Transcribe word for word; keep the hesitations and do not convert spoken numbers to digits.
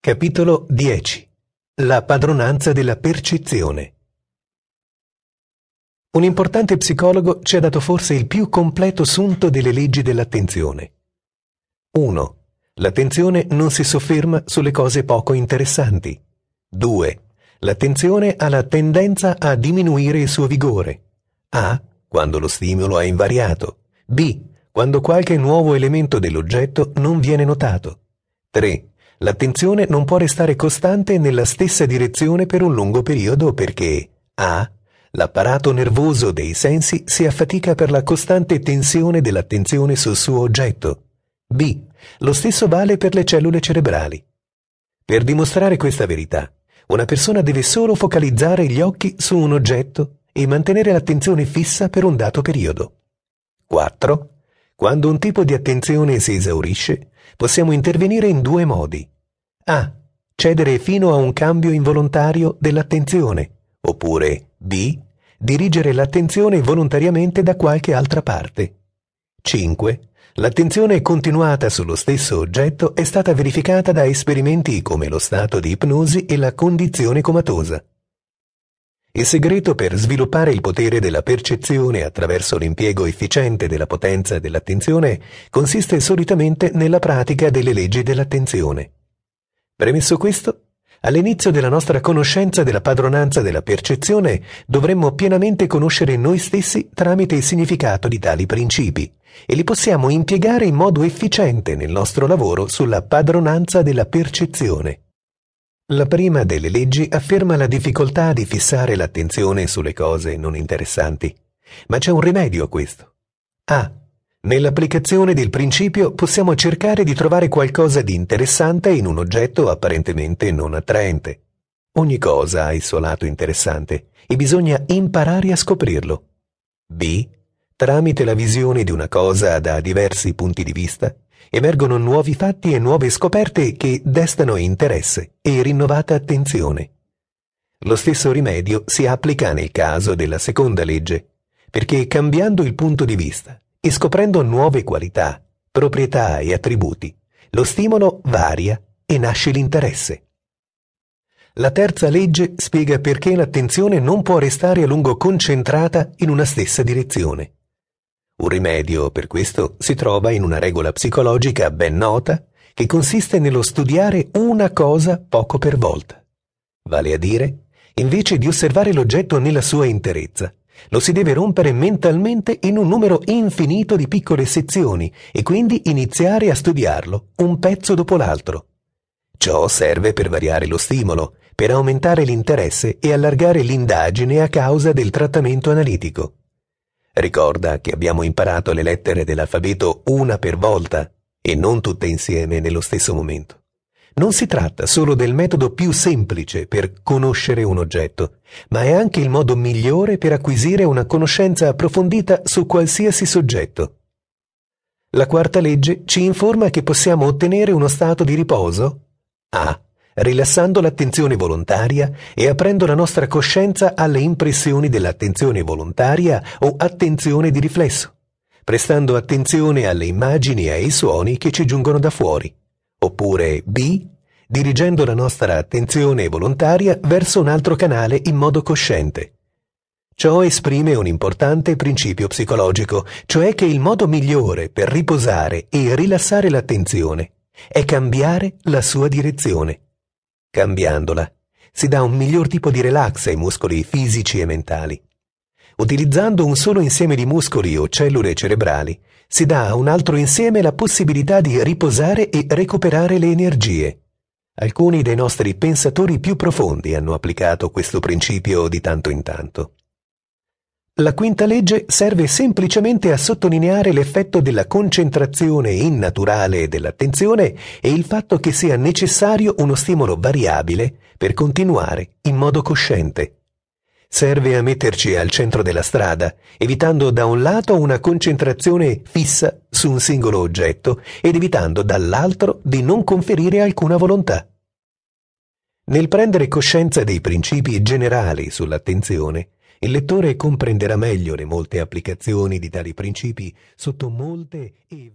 Capitolo dieci. La padronanza della percezione. Un importante psicologo ci ha dato forse il più completo sunto delle leggi dell'attenzione. uno. L'attenzione non si sofferma sulle cose poco interessanti. due. L'attenzione ha la tendenza a diminuire il suo vigore. A. Quando lo stimolo è invariato. B. Quando qualche nuovo elemento dell'oggetto non viene notato. tre. L'attenzione non può restare costante nella stessa direzione per un lungo periodo perché A. L'apparato nervoso dei sensi si affatica per la costante tensione dell'attenzione sul suo oggetto. B. Lo stesso vale per le cellule cerebrali. Per dimostrare questa verità, una persona deve solo focalizzare gli occhi su un oggetto e mantenere l'attenzione fissa per un dato periodo. quattro. Quando un tipo di attenzione si esaurisce, possiamo intervenire in due modi. A. Cedere fino a un cambio involontario dell'attenzione, oppure B. Dirigere l'attenzione volontariamente da qualche altra parte. cinque. L'attenzione continuata sullo stesso oggetto è stata verificata da esperimenti come lo stato di ipnosi e la condizione comatosa. Il segreto per sviluppare il potere della percezione attraverso l'impiego efficiente della potenza dell'attenzione consiste solitamente nella pratica delle leggi dell'attenzione. Premesso questo, all'inizio della nostra conoscenza della padronanza della percezione dovremmo pienamente conoscere noi stessi tramite il significato di tali principi e li possiamo impiegare in modo efficiente nel nostro lavoro sulla padronanza della percezione. La prima delle leggi afferma la difficoltà di fissare l'attenzione sulle cose non interessanti, ma c'è un rimedio a questo. A. Nell'applicazione del principio possiamo cercare di trovare qualcosa di interessante in un oggetto apparentemente non attraente. Ogni cosa ha il suo lato interessante e bisogna imparare a scoprirlo. B. Tramite la visione di una cosa da diversi punti di vista, emergono nuovi fatti e nuove scoperte che destano interesse e rinnovata attenzione. Lo stesso rimedio si applica nel caso della seconda legge, perché cambiando il punto di vista e scoprendo nuove qualità, proprietà e attributi, lo stimolo varia e nasce l'interesse. La terza legge spiega perché l'attenzione non può restare a lungo concentrata in una stessa direzione. Un rimedio per questo si trova in una regola psicologica ben nota che consiste nello studiare una cosa poco per volta. Vale a dire, invece di osservare l'oggetto nella sua interezza, lo si deve rompere mentalmente in un numero infinito di piccole sezioni e quindi iniziare a studiarlo un pezzo dopo l'altro. Ciò serve per variare lo stimolo, per aumentare l'interesse e allargare l'indagine a causa del trattamento analitico. Ricorda che abbiamo imparato le lettere dell'alfabeto una per volta e non tutte insieme nello stesso momento. Non si tratta solo del metodo più semplice per conoscere un oggetto, ma è anche il modo migliore per acquisire una conoscenza approfondita su qualsiasi soggetto. La quarta legge ci informa che possiamo ottenere uno stato di riposo A. Rilassando l'attenzione volontaria e aprendo la nostra coscienza alle impressioni dell'attenzione volontaria o attenzione di riflesso, prestando attenzione alle immagini e ai suoni che ci giungono da fuori. Oppure B. Dirigendo la nostra attenzione volontaria verso un altro canale in modo cosciente. Ciò esprime un importante principio psicologico, cioè che il modo migliore per riposare e rilassare l'attenzione è cambiare la sua direzione. Cambiandola, si dà un miglior tipo di relax ai muscoli fisici e mentali. Utilizzando un solo insieme di muscoli o cellule cerebrali, si dà a un altro insieme la possibilità di riposare e recuperare le energie. Alcuni dei nostri pensatori più profondi hanno applicato questo principio di tanto in tanto. La quinta legge serve semplicemente a sottolineare l'effetto della concentrazione innaturale dell'attenzione e il fatto che sia necessario uno stimolo variabile per continuare in modo cosciente. Serve a metterci al centro della strada, evitando da un lato una concentrazione fissa su un singolo oggetto ed evitando dall'altro di non conferire alcuna volontà. Nel prendere coscienza dei principi generali sull'attenzione, il lettore comprenderà meglio le molte applicazioni di tali principi sotto molte e